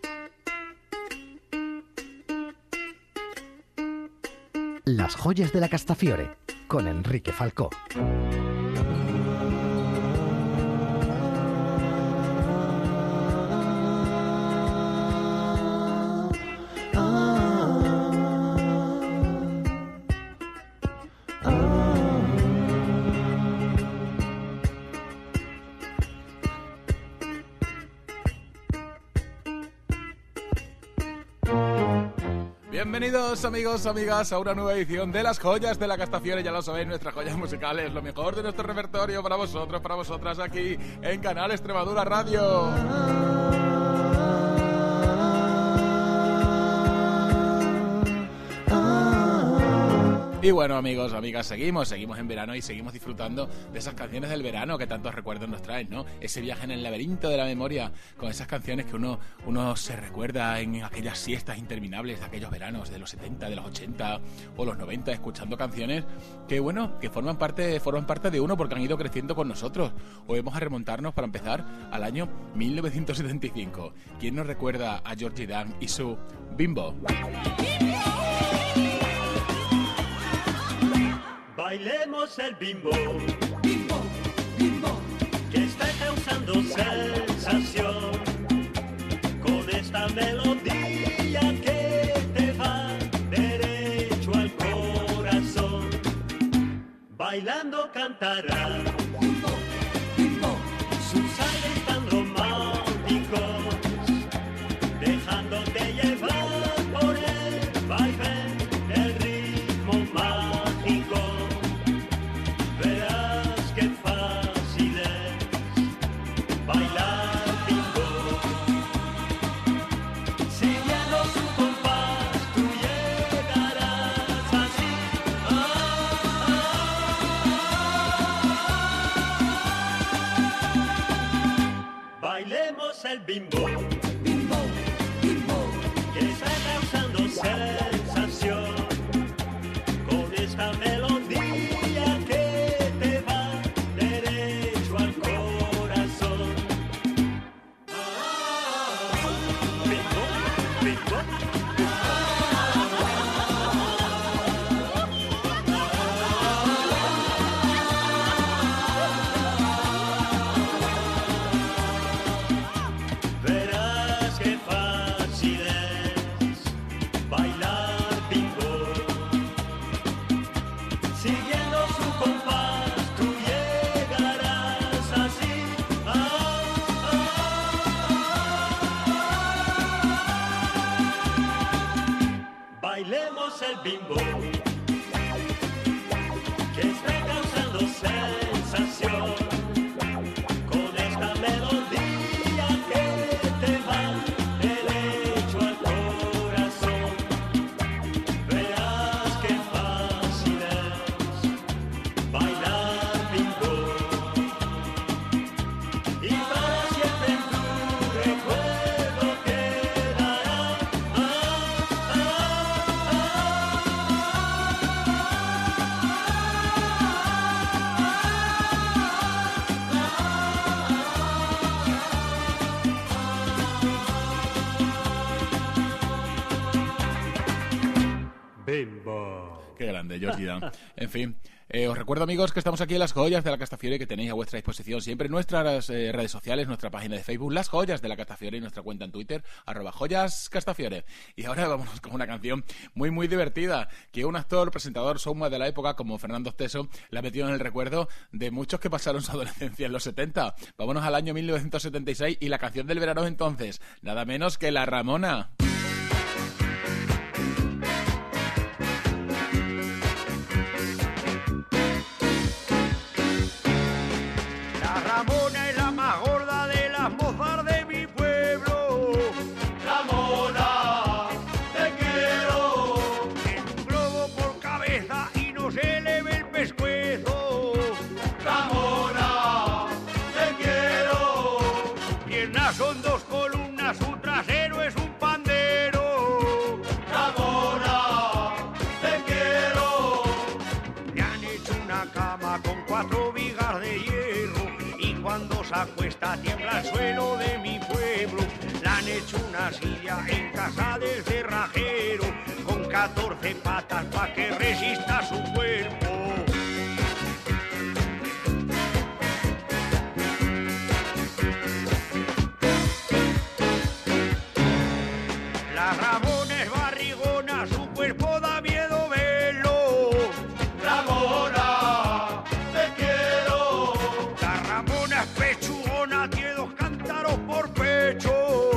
Las joyas de la Castafiore, con Enrique Falcó. Bienvenidos amigos, amigas, a una nueva edición de Las Joyas de la Castafiore. Ya lo sabéis, nuestras joyas musicales, lo mejor de nuestro repertorio para vosotros, para vosotras, aquí en Canal Extremadura Radio. Y bueno, amigos, amigas, seguimos en verano y seguimos disfrutando de esas canciones del verano que tantos recuerdos nos traen, ¿no? Ese viaje en el laberinto de la memoria con esas canciones que uno se recuerda en aquellas siestas interminables de aquellos veranos de los 70, de los 80 o los 90, escuchando canciones que, bueno, que forman parte de uno porque han ido creciendo con nosotros. Hoy vamos a remontarnos, para empezar, al año 1975. ¿Quién nos recuerda a Georgie Dan y su Bimbo? Bailemos el bimbo, bimbo, bimbo, que está causando sensación con esta melodía que te va derecho al corazón. Bailando cantará, bimbo, bimbo, sus aires tan románticos, dejándote llevar por el baile del ritmo mágico. El bimbo, bimbo, bimbo, que está causando sensación con esta melodía que te va derecho al corazón. Bimbo, bimbo. Bailemos el bimbo, que está causando sensación con esta melodía que te va derecho al corazón. Verás qué fácil es bailar bimbo y para siempre en tu recuerdo quedará. Bimbo. Qué grande, Georgie Dan. En fin, os recuerdo, amigos, que estamos aquí en Las Joyas de la Castafiore, que tenéis a vuestra disposición siempre nuestras redes sociales, nuestra página de Facebook, Las Joyas de la Castafiore, y nuestra cuenta en Twitter, @joyascastafiore. Y ahora vámonos con una canción muy, muy divertida, que un actor, presentador, showman de la época, como Fernando Esteso, la ha metido en el recuerdo de muchos que pasaron su adolescencia en los 70. Vámonos al año 1976 y la canción del verano entonces, nada menos que La Ramona. Ramona es la más gorda de las mozas de mi pueblo. Ramona, te quiero. Tiene un globo por cabeza y no se le ve el pescuezo. Ramona, te quiero. Piernas son dos columnas, su trasero es un pandero. Ramona, te quiero. Le han hecho una cama con 4 vigas de hierro y cuando se acuesta tiembla el suelo de mi pueblo. Le han hecho hecho una silla en casa del cerrajero con 14 patas pa' que resista su cuerpo. La Ramona es barrigona, su cuerpo da miedo verlo. Ramona, te quiero. La Ramona es pechugona, tiene 2 cántaros por pecho.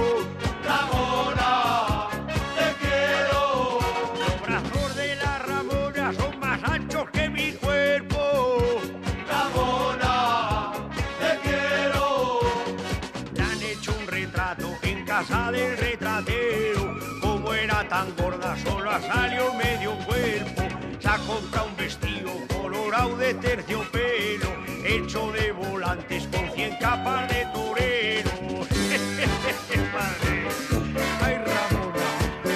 Ramona, te quiero. Los brazos de la Ramona son más anchos que mi cuerpo. Ramona, te quiero. Le han hecho un retrato en casa del retratero. Como era tan gorda, solo ha salido medio cuerpo. Se ha comprado un vestido colorado de terciopelo, hecho de volantes con 100 capas de torero. Padre. Ay, Ramona.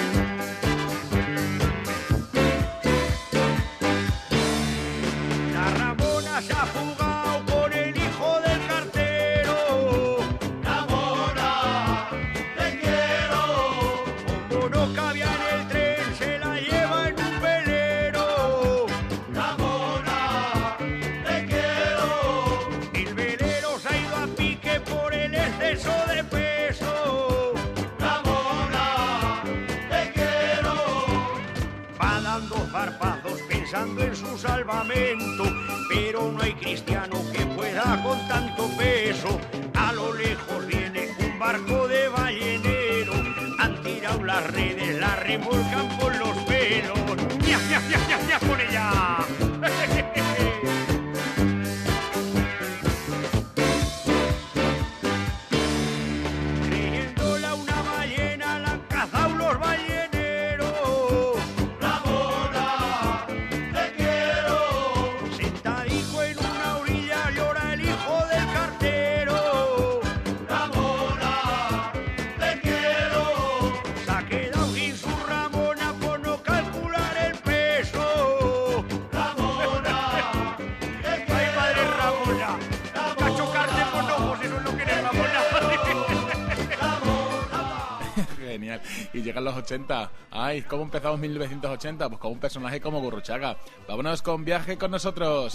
La Ramona se ha fugado con el hijo del cartero. Ramona, te quiero. Como no cabía en el tren, se la lleva en un velero. Ramona, te quiero. El velero se ha ido a pique por el exceso de peso. Ramona, te quiero. Va dando zarpazos pensando en su salvamento, pero no hay cristiano que pueda con tanto peso. A lo lejos viene un barco de ballenero, han tirado las redes, la remolcan por los pelos. ¡Mia, mia, mia, mia, mia con ella! Creyéndola una ballena, la han cazado los balleneros. Ramona, te quiero. Sentadico en una orilla llora el hijo del cartero. Ramona, te quiero. Se ha quedado sin su Ramona por no calcular el peso. Ramona, te quiero. Ay, padre Ramona, a chocarte con ojos, eso es lo que eres, Ramona. Genial. Y llegan los 80. Ay, ¿cómo empezamos 1980? Pues con un personaje como Gurruchaga. Vámonos con Viaje con nosotros.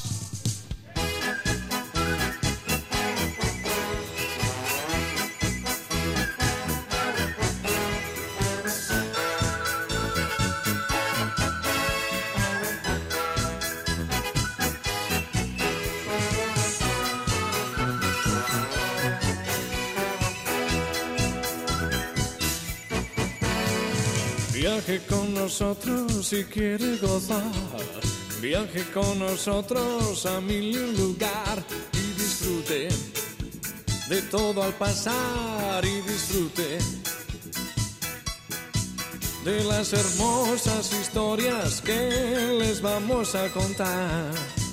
Viaje con nosotros si quiere gozar. Viaje con nosotros a mil y un lugar y disfrute de todo al pasar y disfrute de las hermosas historias que les vamos a contar.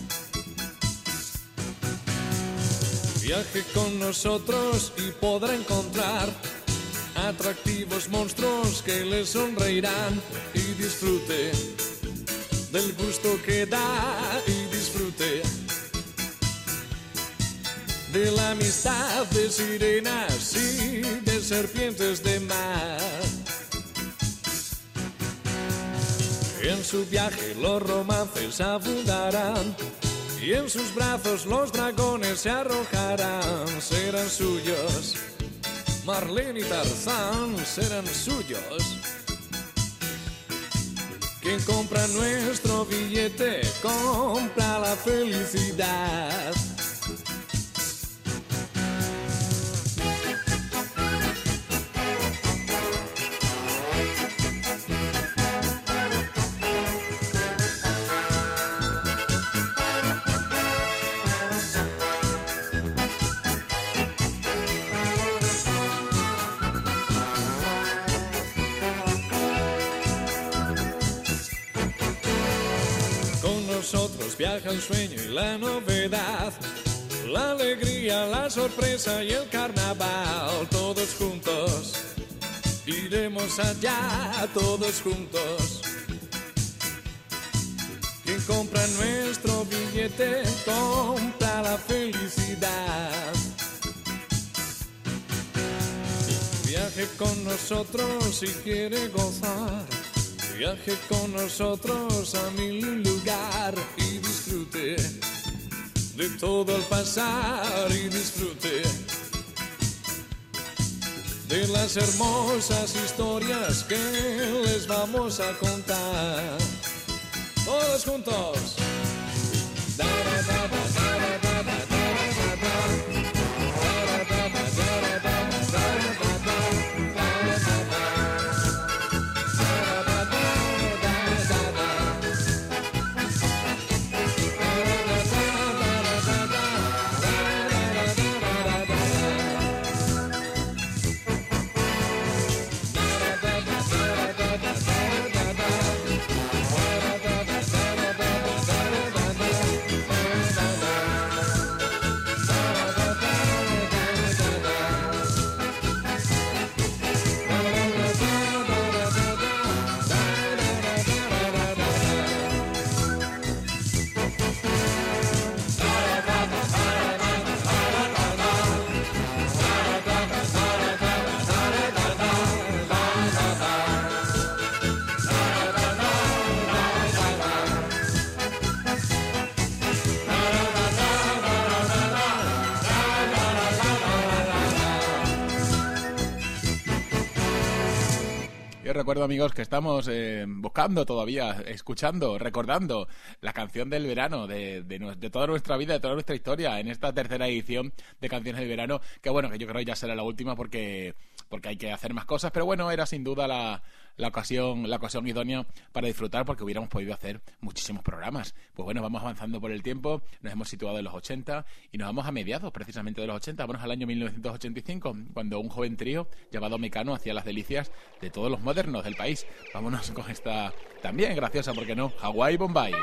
Viaje con nosotros y podrá encontrar atractivos monstruos que le sonreirán y disfrute del gusto que da y disfrute de la amistad de sirenas y de serpientes de mar. En su viaje los romances abundarán y en sus brazos los dragones se arrojarán. Serán suyos Marlene y Tarzán, serán suyos. Quien compra nuestro billete compra la felicidad. Nosotros viaja el sueño y la novedad, la alegría, la sorpresa y el carnaval. Todos juntos iremos allá, todos juntos. Quien compra nuestro billete compra la felicidad. Viaje con nosotros si quiere gozar. Viaje con nosotros a mi lugar y disfrute de todo al pasar y disfrute de las hermosas historias que les vamos a contar. Todos juntos. Recuerdo, amigos, que estamos buscando todavía, escuchando, recordando la canción del verano de toda nuestra vida, de toda nuestra historia en esta tercera edición de Canciones del Verano, que bueno, que yo creo que ya será la última porque hay que hacer más cosas, pero bueno, era sin duda la ocasión idónea para disfrutar, porque hubiéramos podido hacer muchísimos programas. Pues bueno, vamos avanzando por el tiempo, nos hemos situado en los 80 y nos vamos a mediados precisamente de los 80, vamos al año 1985, cuando un joven trío llamado Mecano hacía las delicias de todos los modernos del país. Vámonos con esta también graciosa, ¿por qué no? Hawái Bombay.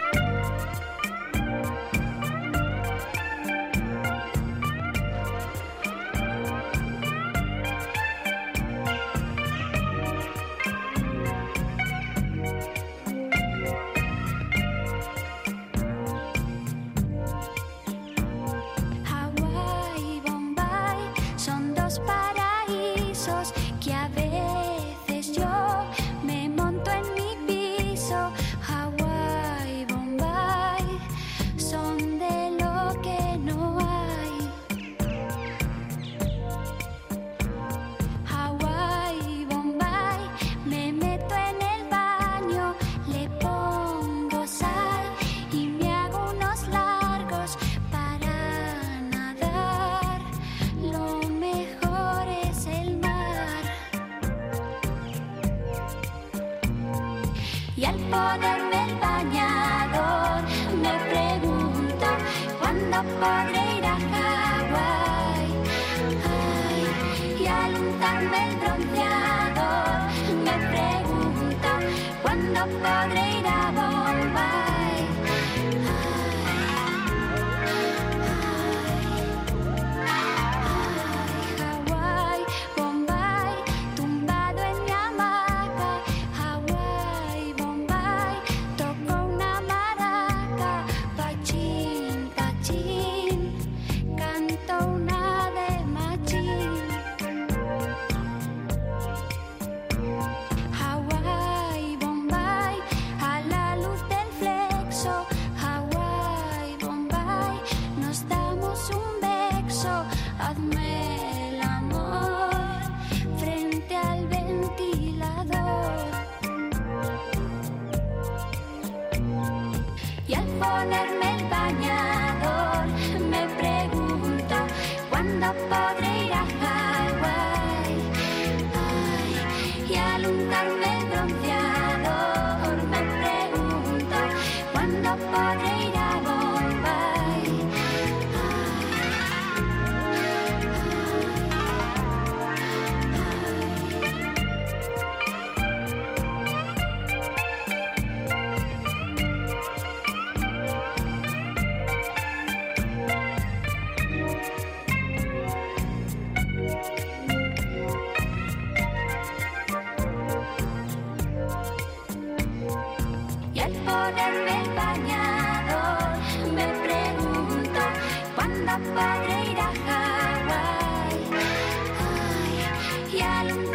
Y al ponerme el bañador me pregunto ¿cuándo podré ir a Hawái? Ay, y al untarme el bronceador me pregunto ¿cuándo podré ir a Bombay? Hawái, Bombay, tumbado en mi hamaca. Hawái, Bombay, toco una maraca. Pachín, pachín, canto una de machín. Hawái, Bombay, a la luz del flexo. Hawái, Bombay, nos damos un beso. Hazme el amor frente al ventilador. Y al ponerme el bañador me pregunto ¿cuándo podré ir a Hawái? Ay, y al untarme el bronceador me pregunto ¿cuándo podré ir a Bombay? Y al ponerme el bañador me pregunto ¿cuándo podré ir a Hawái? Ay, y al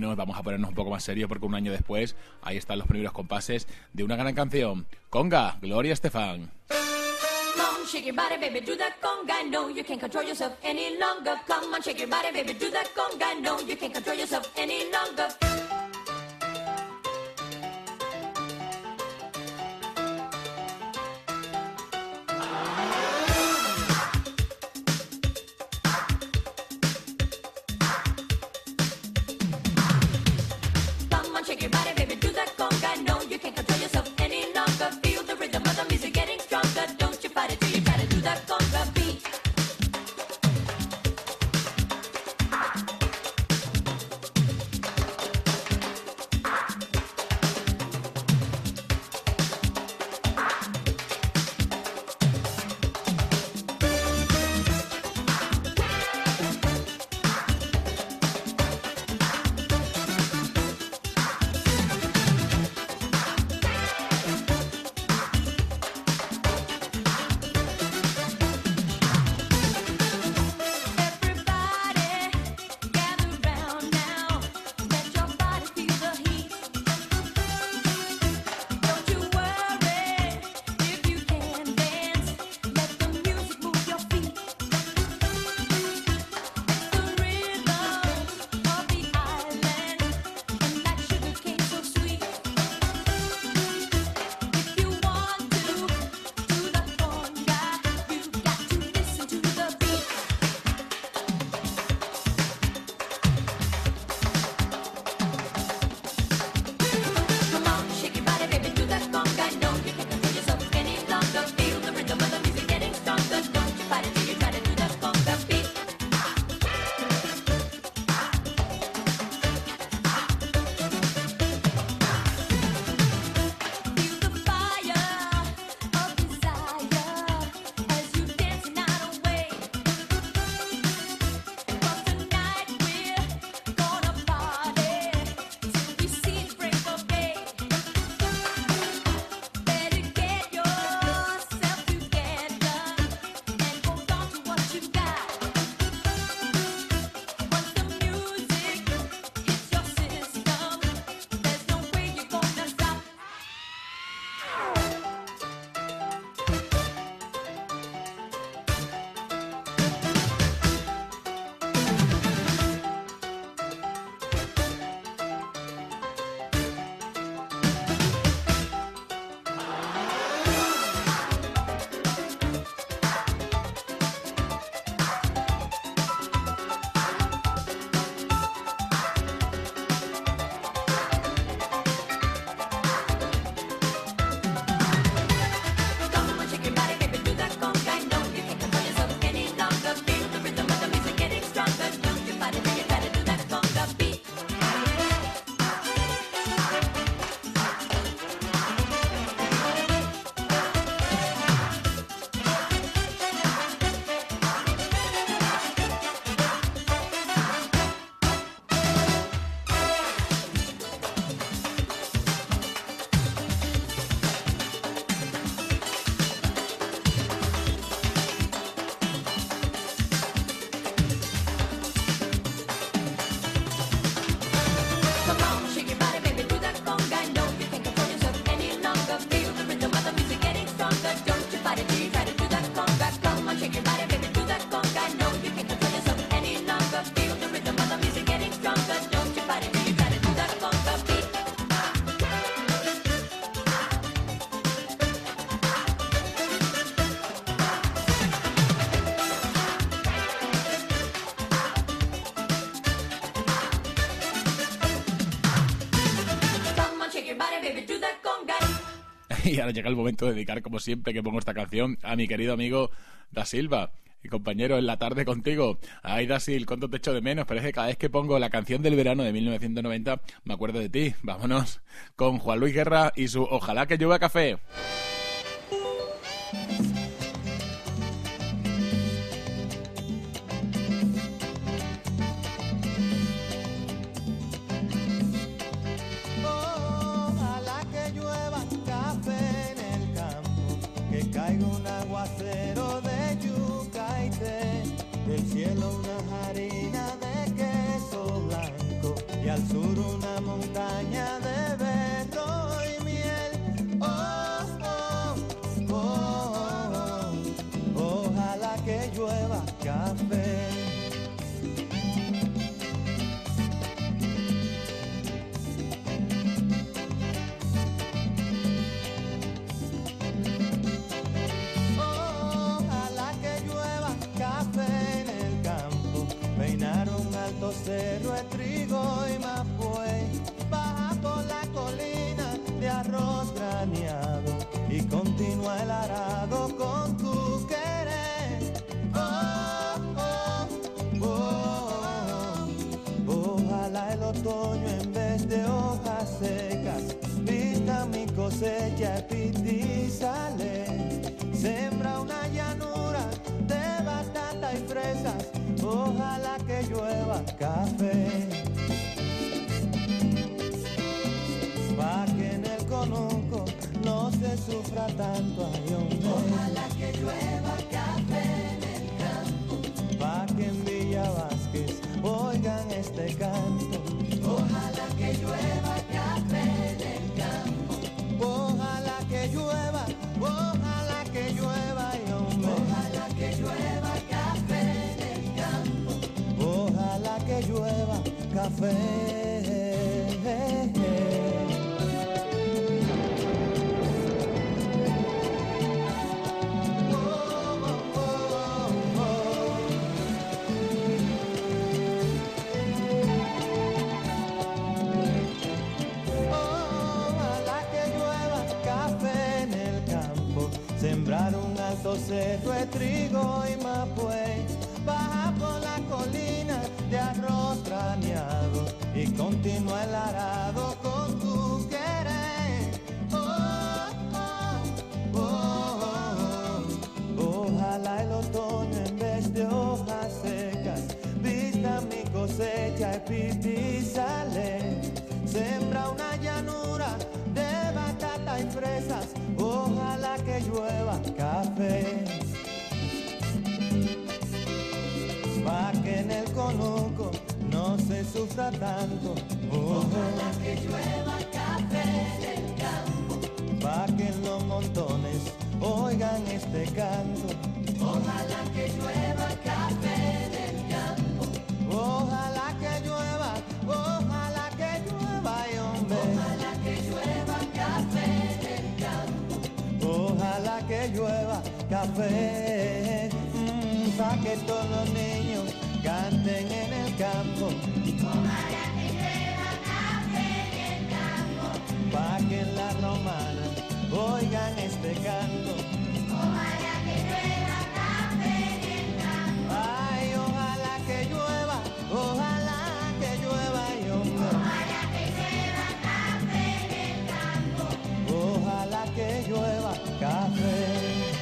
bueno, vamos a ponernos un poco más serios porque un año después ahí están los primeros compases de una gran canción. Conga, Gloria Estefan. Come on, shake your body, baby, do that conga. No, you can't control yourself any longer. Come on, shake your body, baby, do that conga. No, you can't control yourself any longer. Come on, shake your body, baby, do that conga. No, you can't control yourself any longer. Feel the rhythm of the music getting stronger. Don't you fight it till you try to do that conga beat. Y ahora llega el momento de dedicar, como siempre que pongo esta canción, a mi querido amigo Da Silva, mi compañero en la tarde contigo. Ay, Da Silva, cuánto te echo de menos. Parece que cada vez que pongo la canción del verano de 1990 me acuerdo de ti. Vámonos con Juan Luis Guerra y su Ojalá que llueva café. Caiga un aguacero de yuca y té, del cielo una harina de queso blanco y al sur de trigo y mapuey, baja por la colina de arroz graneado y continúa el arado con tu querer. Oh, oh, oh, oh. Ojalá el otoño en vez de hojas secas vista mi cosecha y sale. Sembra una llanura de batata y fresas, ojalá que llueva café. Pa' que en el conuco no se sufra tanto, ay, hombre. Ojalá que llueva café en el campo. Pa' que en Villa Vázquez oigan este canto. Ojalá que llueva café en el campo. Ojalá que llueva, ay, hombre. Ojalá que llueva café en el campo. Ojalá que llueva café. Sembrar un alto cerro de trigo y mapuey, baja por la colina de arroz graneado y continúa el arado con tu querer. Oh, oh, oh, oh. Ojalá el otoño en vez de hojas secas vista mi cosecha y sale. Sembra una llanura de batata y fresas, ojalá que llueva café. Pa' que en el conuco no se sufra tanto, ojalá que llueva café en el campo. Pa' que en los montones oigan este canto. Ojalá que llueva café en el campo. Ojalá que llueva, ay, hombre. Ojalá que llueva café en el campo. Ojalá que llueva café, pa' que todos los niños canten en el campo. Ojalá que llueva café en el campo. Pa' que en la romana oigan este canto. Ojalá que llueva café en el campo. Ay, ojalá que llueva, ay, hombre. Ojalá que llueva café en el campo. Ojalá que llueva café.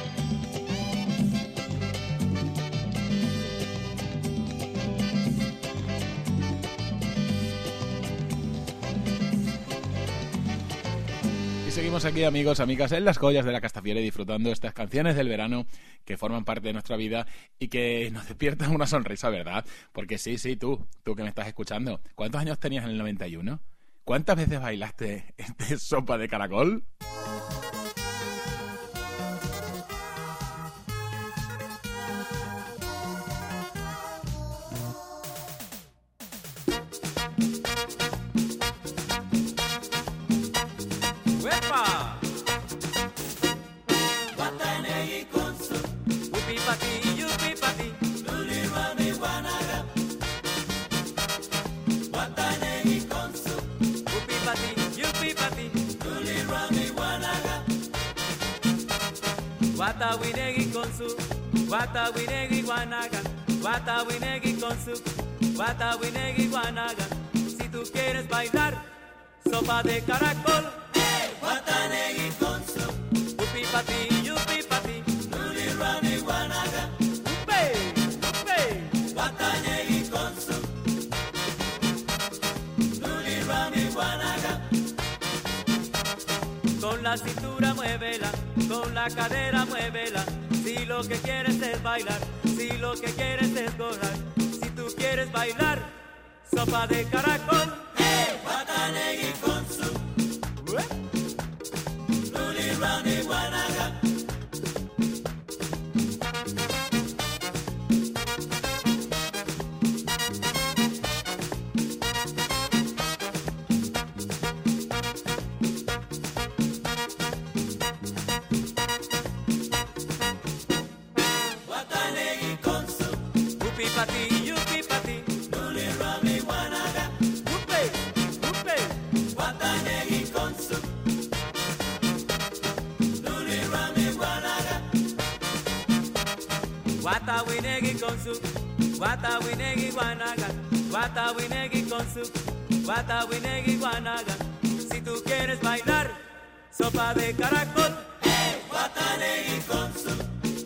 Seguimos aquí, amigos, amigas, en Las Joyas de la Castafiore, disfrutando estas canciones del verano que forman parte de nuestra vida y que nos despiertan una sonrisa, ¿verdad? Porque sí, tú que me estás escuchando, ¿cuántos años tenías en el 91? ¿Cuántas veces bailaste este sopa de caracol? Watawinegi konsu, watawinegi guanaga, watawinegi konsu, watawinegi guanaga. Si tú quieres bailar sopa de caracol, watanegi konsu, upi pati, yupi pati, luli rani guanaga, upe, watanegi konsu, luli rani guanaga. Con la cintura muévela, con la cadera muévela. Si lo que quieres es bailar, si lo que quieres es gozar, si tú quieres bailar sopa de caracol, watanegi konsu, luli rani guanaga. Watanegi konsu, upi pati, yupi pati, luli rani guanaga. Watawinegi con su, Watawinegi guanaga, Watawinegi con su, Watawinegi guanaga. Si tú quieres bailar sopa de caracol, Watanegi con su,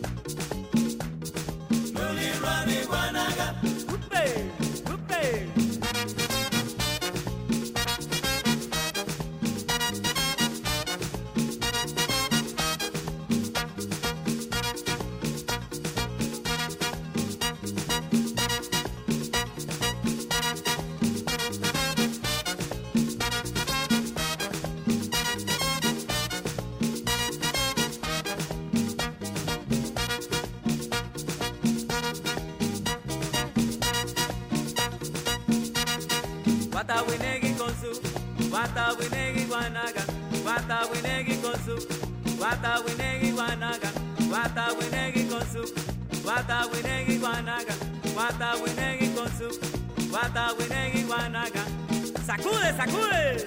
Luli Rani guanaga. Upe, upe. Watawinegi con su, Watawinegi guanaga, Watawinegi con su, Watawinegi guanaga, Watawinegi con su, Watawinegi guanaga, Watawinegi con su, Watawinegi guanaga. ¡Sacude, sacude!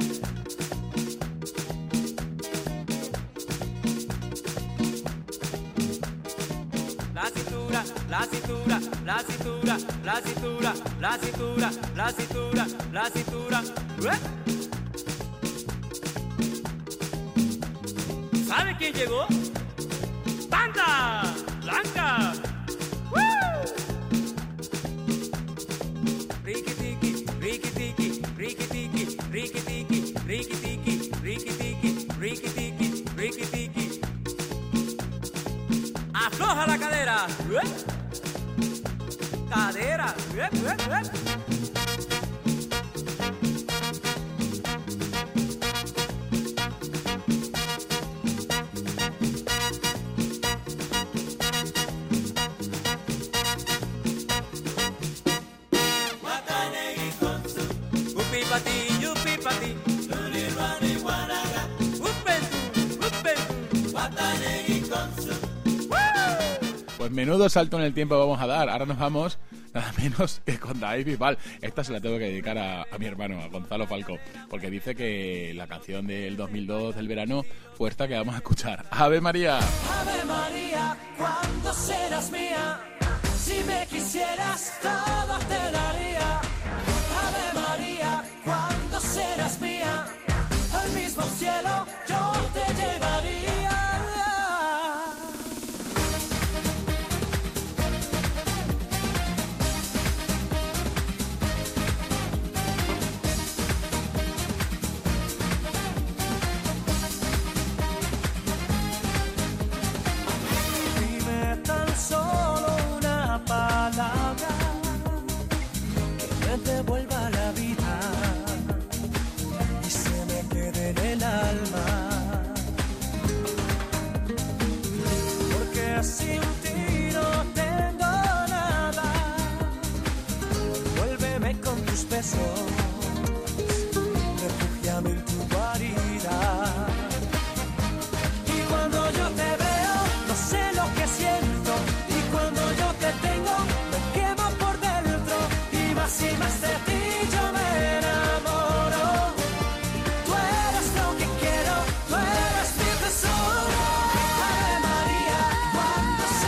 La cintura, la cintura, la cintura, la cintura, la cintura, la cintura, la cintura. ¿Sabe quién llegó? ¡Banda Blanca! Riquitiqui, riquitiqui, riquitiqui, riquitiqui, riquitiqui, riquitiqui, riquitiqui, riquitiqui. Afloja la cadera. Cadera. Watanegi con su, upi pati, yupi pati, luli rani guanaga, upentu, Watanegi con su. Pues menudo salto en el tiempo vamos a dar. Ahora nos vamos nada menos que con David Bisbal. Esta se la tengo que dedicar a mi hermano, a Gonzalo Falcó, porque dice que la canción del 2002 del verano fue esta que vamos a escuchar. ¡Ave María! Ave María, ¿cuándo serás mía? Si me quisieras, todo te daría. Ave María, ¿cuándo serás mía? Al mismo cielo yo te llevaría. Solo una palabra que me devuelva la vida y se me quede en el alma, porque sin ti no tengo nada. Vuélveme con tus besos, refúgiame en tu guarida, y cuando yo te veo no sé lo que siento. Cuando yo te tengo, me quemo por dentro, y más de ti yo me enamoro. Tú eres lo que quiero, tú eres mi tesoro. Ave María, cuando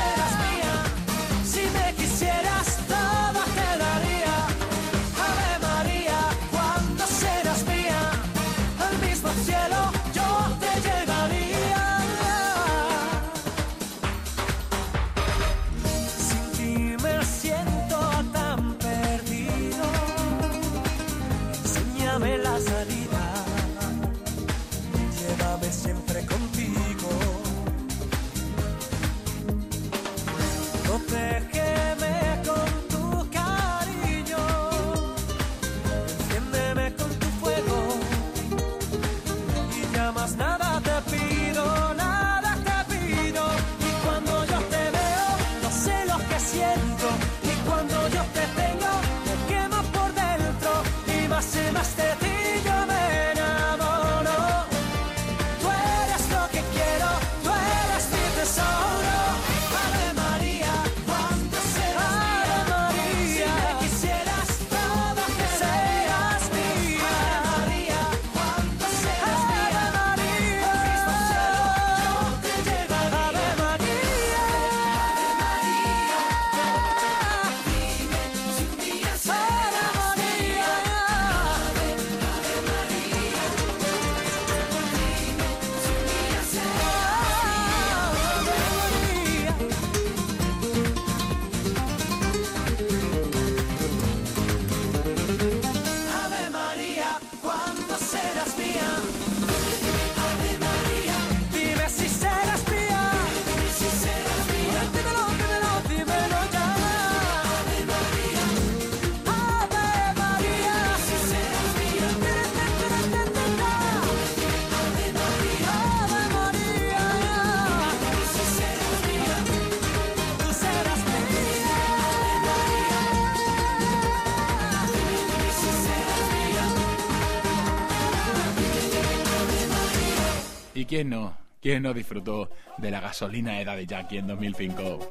¿Y quién no? ¿Quién no disfrutó de la gasolina de Daddy Yankee en 2005?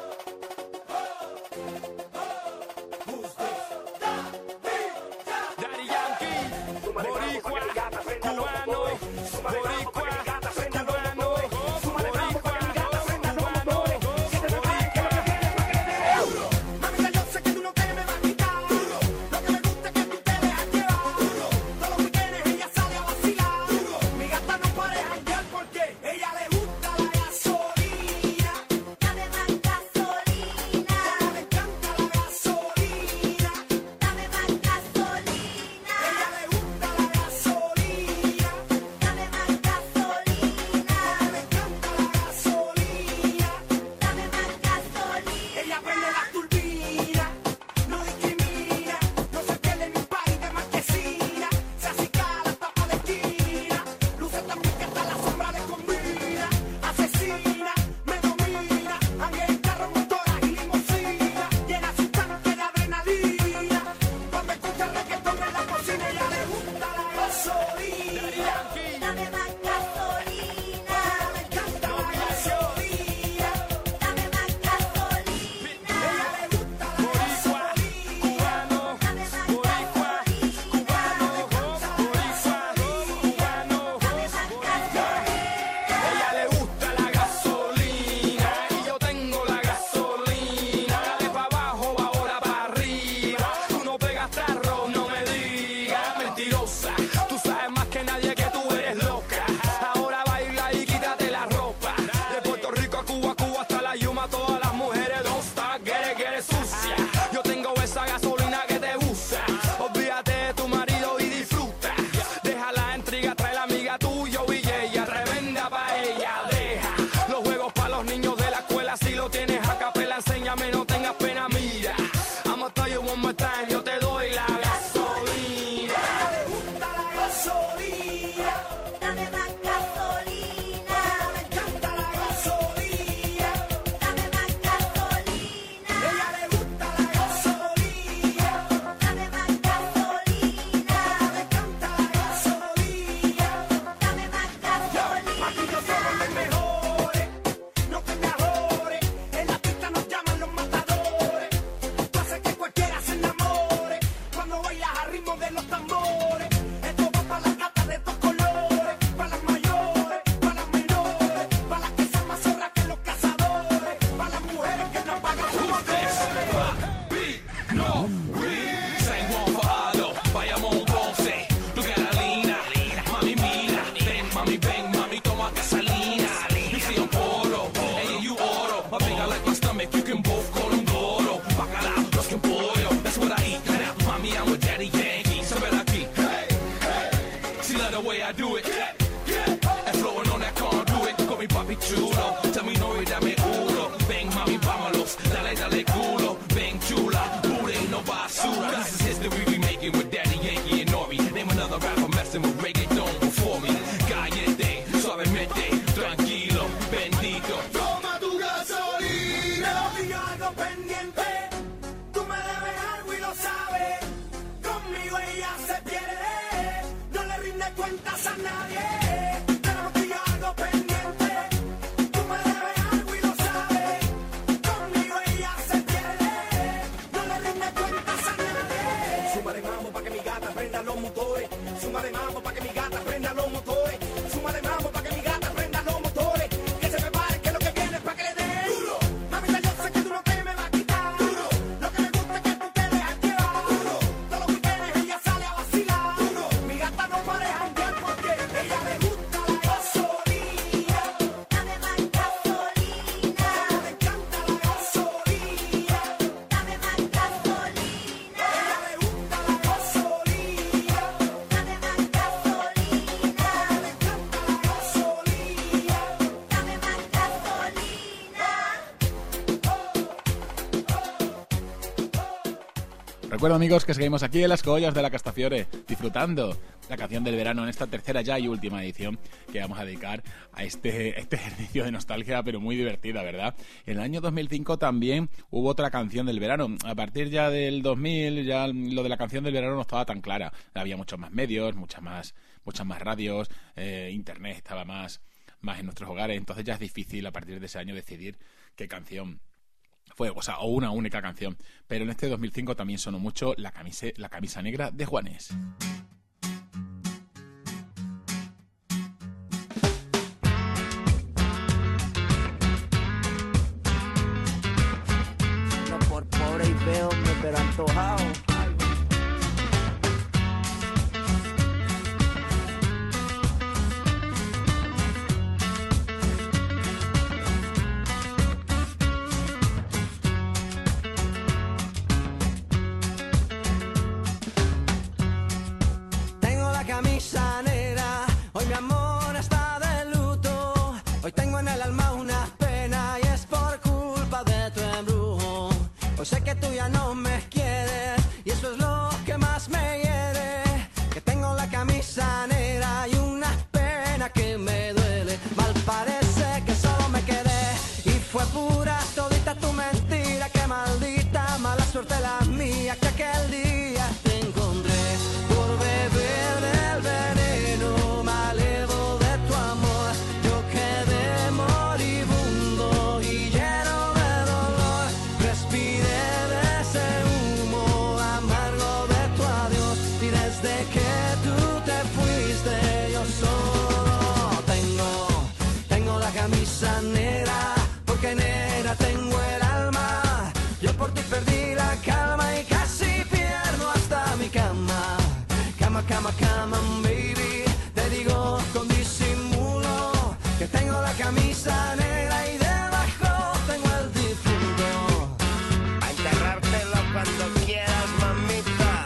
Recuerdo, amigos, que seguimos aquí en las Collas de la Castafiore, disfrutando la canción del verano en esta tercera ya y última edición que vamos a dedicar a este ejercicio de nostalgia, pero muy divertida, ¿verdad? En el año 2005 también hubo otra canción del verano. A partir ya del 2000, ya lo de la canción del verano no estaba tan clara. Había muchos más medios, muchas más radios, internet estaba más más en nuestros hogares. Entonces ya es difícil a partir de ese año decidir qué canción fue, o sea, o una única canción. Pero en este 2005 también sonó mucho la camisa negra de Juanes. No por pobre y feo, pero antojado. Sé que tú ya no me quieres y eso es lo que más me hiere, que tengo la camisa negra y una pena que me duele. Mal parece que solo me quedé y fue pura todita tu mentira. Qué maldita mala suerte la mía que aquel día te encontré por beber del veneno malevo de tu amor. Yo quedé moribundo y lleno de dolor. Respiré camisa negra, porque negra tengo el alma. Yo por ti perdí la calma y casi pierdo hasta mi cama. Cama, cama, cama, baby. Te digo con disimulo que tengo la camisa negra y debajo tengo el difunto. A enterrártelo cuando quieras, mamita.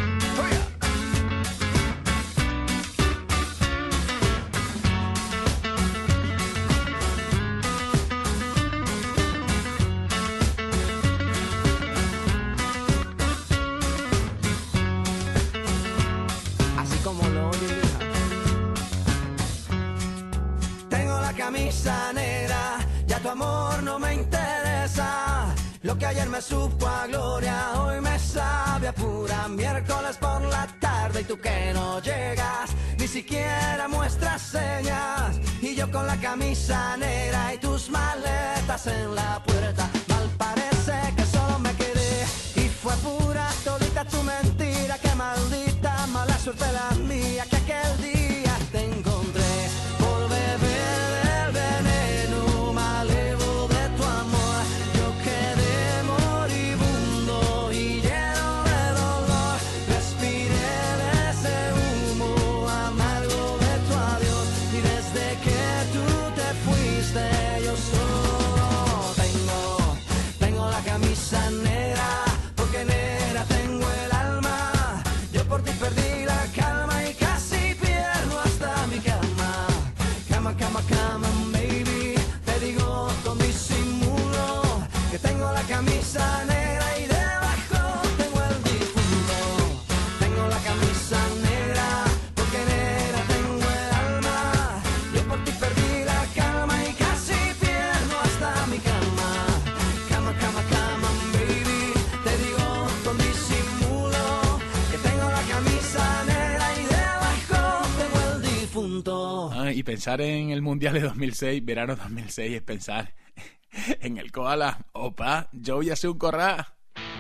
Camisa negra, ya tu amor no me interesa. Lo que ayer me supo a gloria, hoy me sabe a pura. Miércoles por la tarde y tú que no llegas, ni siquiera muestras señas. Y yo con la camisa negra y tus maletas en la puerta. Mal parece que solo me quedé y fue pura todita tu mentira. Qué maldita mala suerte la mía que aquel día te encontré por beber veneno malevo de tu amor. Yo quedé moribundo y lleno de dolor. Respiré de ese humo amargo de tu adiós. Y desde que tú te fuiste yo solo tengo la camisa negra, porque negra tengo el alma. Yo por ti perdí la calma y casi pierdo hasta mi cama. Cama, cama, cama, baby. Te digo con disimulo que tengo la camisa negra y debajo tengo el difunto. Tengo la camisa negra, porque negra tengo el alma. Yo por ti perdí la calma y casi pierdo hasta mi cama. Cama, cama, cama, baby. Te digo con disimulo que tengo la camisa negra y debajo tengo el difunto. Y pensar en el Mundial de 2006, verano 2006, es pensar en el koala. Opa, yo voy a hacer un corral.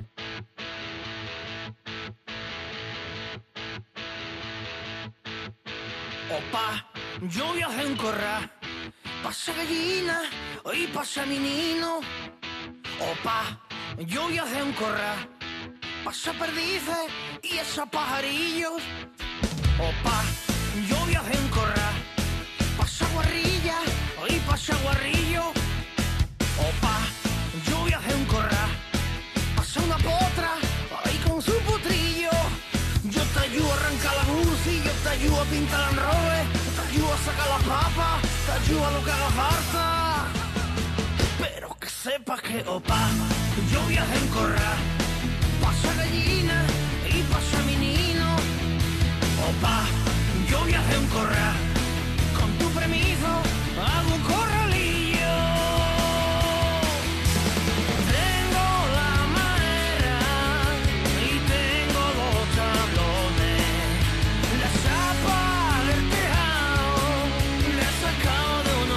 Opa, yo voy a hacer un corral. Pasa gallina y pasa menino. Opa, yo voy a hacer un corral. Pasa perdices y esos pajarillos. Opa, yo voy a hacer un corral. Pasa guarrilla y pasa guarrillo. Opa, yo voy a hacer un corral. Pasa una potra ahí con su potrillo. Yo te ayudo a arrancar la buci, yo te ayudo a pintar las robes, te ayudo a sacar las papas, te ayudo a lo que haga falta. Pero que sepas que, opa, yo voy a hacer un corral. Pasa gallina y pasa menino. Opa, yo voy a hacer un corral. Con tu permiso hago un corralillo. Tengo la madera y tengo los tablones. La chapa del tejado la he sacado de un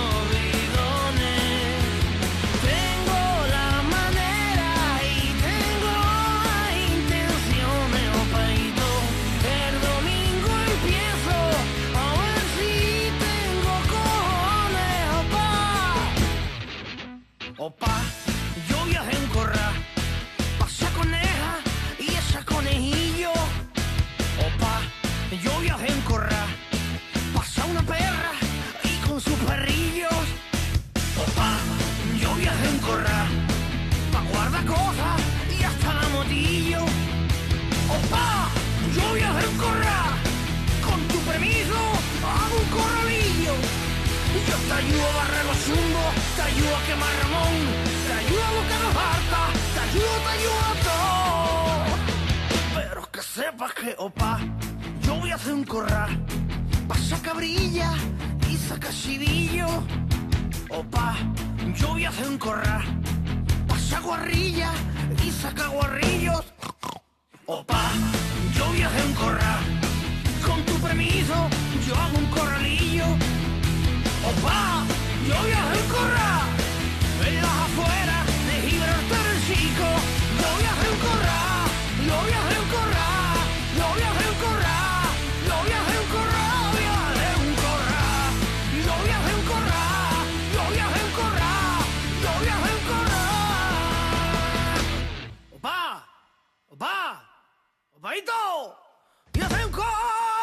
Opa, yo viajé en corra, pasa coneja y esa conejillo. Opa, yo viajé en corra, pasa una perra y con sus perrillos. Opa, yo viajé en corra, pa' guardar cosas y hasta la motillo. Opa, yo viajé en corra, con tu permiso hago un corralillo. Yo te ayudo a barrer los zumbos, te ayudo a quemar Ramón, te ayudo a buscar los hartas, te ayudo a todo. Pero que sepas que, opa, yo voy a hacer un corral, pasa cabrilla y saca chivillo. Opa, yo voy a hacer un corral, pasa guarrilla y saca guarrillos. Opa, yo voy a hacer un corral, con tu permiso yo hago un corralillo. Opa, yo voy a hacer un corral, en las afueras de Gibraltar el Chico. Yo voy a hacer un corral, yo voy a hacer un corral, yo voy a hacer un corral, yo voy a hacer un corral, voy a hacer un corral, yo voy a hacer un corral, yo voy a hacer un corral, yo voy a hacer un corral. Opa, opa, opaito, voy a hacer un corral.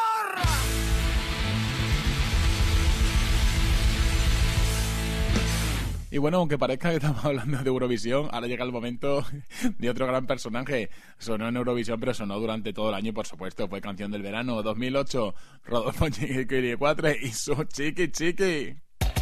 Y bueno, aunque parezca que estamos hablando de Eurovisión, ahora llega el momento de otro gran personaje. Sonó en Eurovisión, pero sonó durante todo el año, por supuesto. Fue canción del verano 2008, Rodolfo Chiquilicuatre y su Chiqui Chiqui.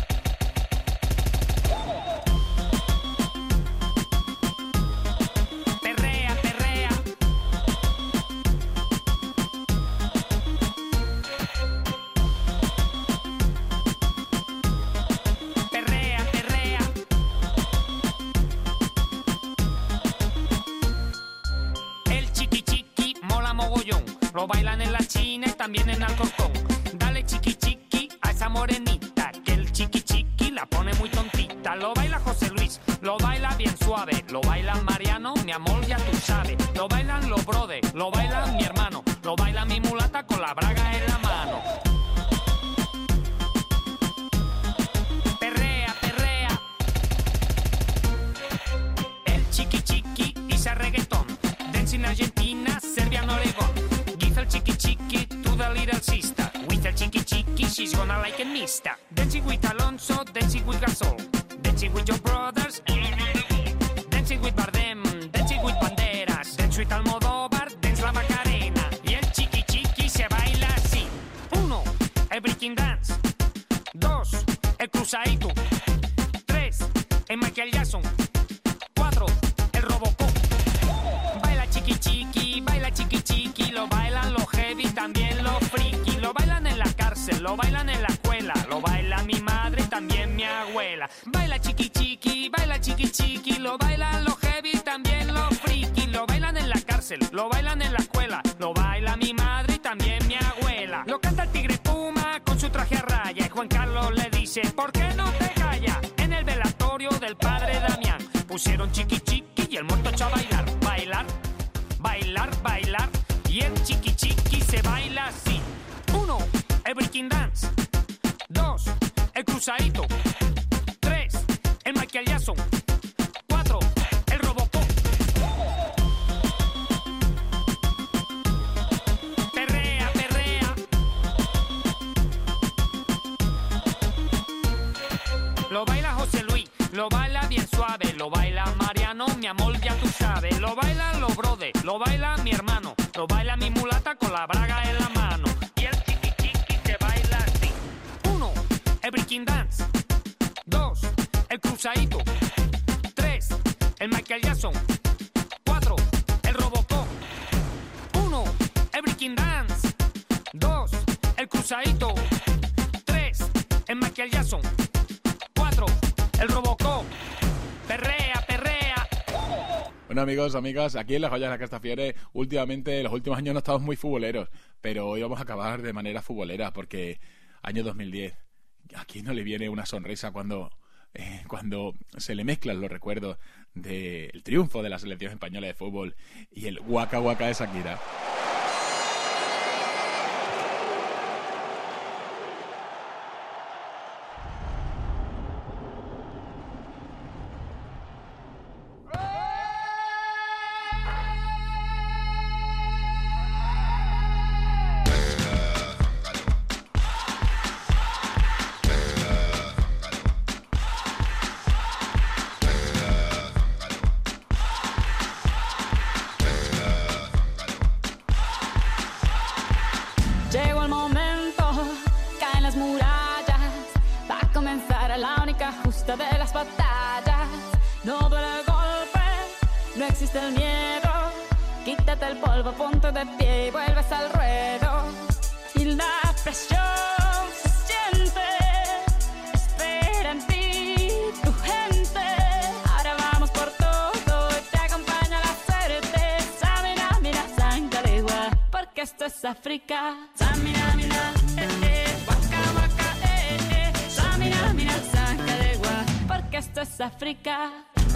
Lo bailan en la China y también en Alcorcón. Dale chiqui chiqui a esa morenita, que el chiqui chiqui la pone muy tontita. Lo baila José Luis, lo baila bien suave. Lo baila Mariano, mi amor ya tú sabes. Lo bailan los brothers, lo baila mi hermano. Lo baila mi mulata con la braga en la mano. Perrea, perrea. El chiqui chiqui y ese reggaetón. Dance in Argentina, Serbia, Oregón. Give el chiqui chiqui to the little sister. With el chiqui chiqui, she's gonna like a mister. Dancing with Alonso, dancing with Gasol. Dancing with your brothers. Dancing with Bardem, dancing with Banderas. Dance with Almodóvar, dance la Macarena. Y el chiqui chiqui se baila así. 1, el breaking dance. 2, el cruzadito. 3, el Michael Jackson. 4, el Robocop. Baila chiqui chiqui, baila chiqui chiqui. Lo bailan los heavy, también los friki. Lo bailan en la cárcel, lo bailan en la escuela. Lo baila mi madre y también mi abuela. Baila chiqui chiqui, baila chiqui chiqui. Lo bailan los heavy, también los friki. Lo bailan en la cárcel, lo bailan en la escuela. Lo baila mi madre y también mi abuela. Lo canta el Tigre Puma con su traje a raya. Y Juan Carlos le dice, ¿por qué no te callas? En el velatorio del padre Damián pusieron chiqui chiqui y el muerto echó a bailar. Bailar, bailar, bailar. Y el chiqui chiqui se baila así. 1, el breaking dance. 2, el cruzadito. 3, el Michael Jackson. 4, el Robocop. Perrea, perrea. Lo baila José Luis, lo baila bien suave. Lo baila Mariano, mi amor ya tú sabes. Lo baila los brothers, lo baila mi hermano. Lo baila mi mulata con la braga en la mano. Y el chiqui chiqui se baila así. 1, el breaking dance. 2, el cruzadito. 3, el Michael Jackson. 4, el Robocop. 1, el breaking dance. 2, el cruzadito. 3, el Michael Jackson. 4, el Robocop. Perrea, perrea. Bueno, amigos, amigas, aquí en Las Joyas de la Castafiore, últimamente, en los últimos años no estamos muy futboleros, pero hoy vamos a acabar de manera futbolera, porque año 2010, ¿a quién no le viene una sonrisa cuando se le mezclan los recuerdos del triunfo de la selección española de fútbol y el Waka Waka de Shakira? fiesta de las batallas. No duele el golpe, no existe el miedo. Quítate el polvo, ponte de pie y vuelves al ruedo. Y la presión se siente, espera en ti tu gente. Ahora vamos por todo y te acompaña la suerte. Samina, mira, Sangalegua, porque esto es África. Samina, mira, waka, waka, Samina, mira, Sangalegua, porque esto es África.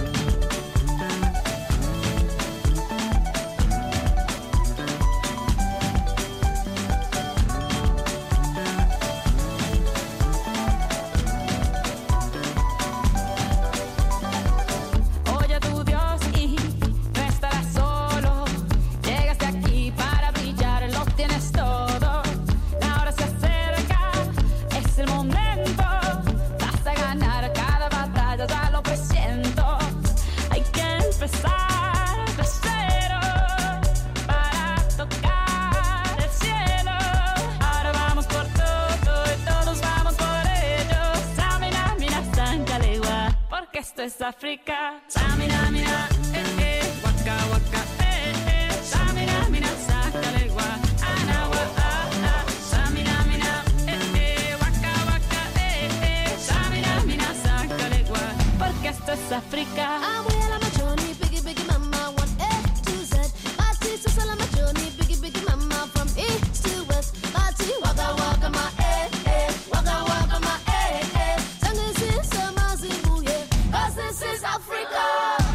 Esto es África. Samina, mira, waka, waka, Samina, mira, Sangalegua, anawa, Samina, mira, waka, waka, Samina, mira, Sangalegua, porque esto es África. I'm way on my journey, biggie, biggie, mama, 1 A to Z. My sister's on my journey, biggie, biggie, mama, from east to west. My tea, waka, waka, my waka, waka, my Sangre sin sama zibuye. This is Africa.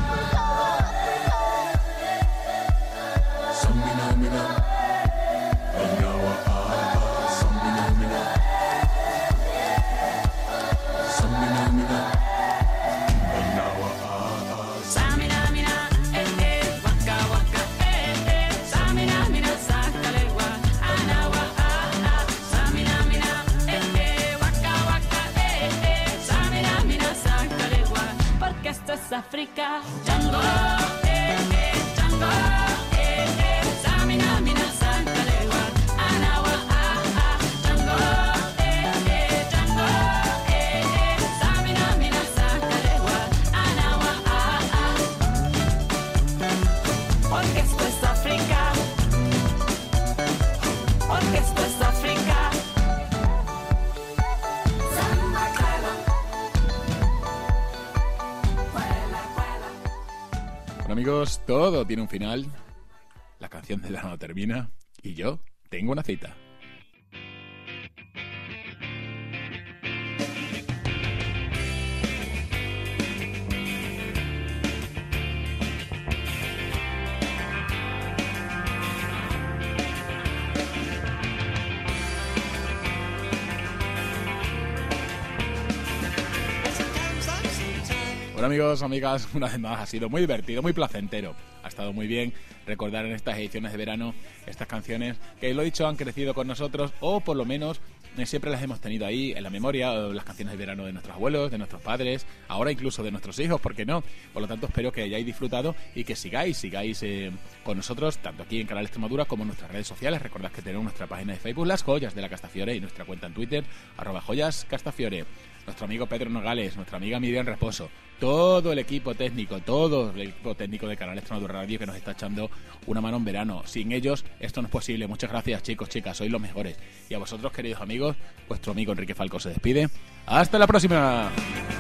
Samina, mina, anawa, samina, mina, samina, mina, anawa, Samina, mira, waka, waka, Samina, mira, Sangalegua, anawa, Samina, mira, waka, waka, Samina, mira, Sangalegua, porque esto es África. Django, Django, Samina, mira, Sangalegua, anawa, Django, Django, Samina, mira, Sangalegua, anawa, porque esto es África, porque esto es África. Bueno, amigos, todo tiene un final. La canción del verano termina y yo tengo una cita. Bueno, amigos, amigas, una vez más ha sido muy divertido, muy placentero. Ha estado muy bien recordar en estas ediciones de verano estas canciones que, lo dicho, han crecido con nosotros, o por lo menos siempre las hemos tenido ahí en la memoria, las canciones de verano de nuestros abuelos, de nuestros padres, ahora incluso de nuestros hijos, ¿por qué no? Por lo tanto, espero que hayáis disfrutado y que sigáis con nosotros, tanto aquí en Canal Extremadura como en nuestras redes sociales. Recordad que tenemos nuestra página de Facebook, Las Joyas de la Castafiore, y nuestra cuenta en Twitter, @joyascastafiore. Nuestro amigo Pedro Nogales, nuestra amiga Miriam Reposo, todo el equipo técnico de Canal Extremadura Radio que nos está echando una mano en verano. Sin ellos esto no es posible. Muchas gracias, chicos, chicas, sois los mejores. Y a vosotros, queridos amigos, vuestro amigo Enrique Falco se despide. ¡Hasta la próxima!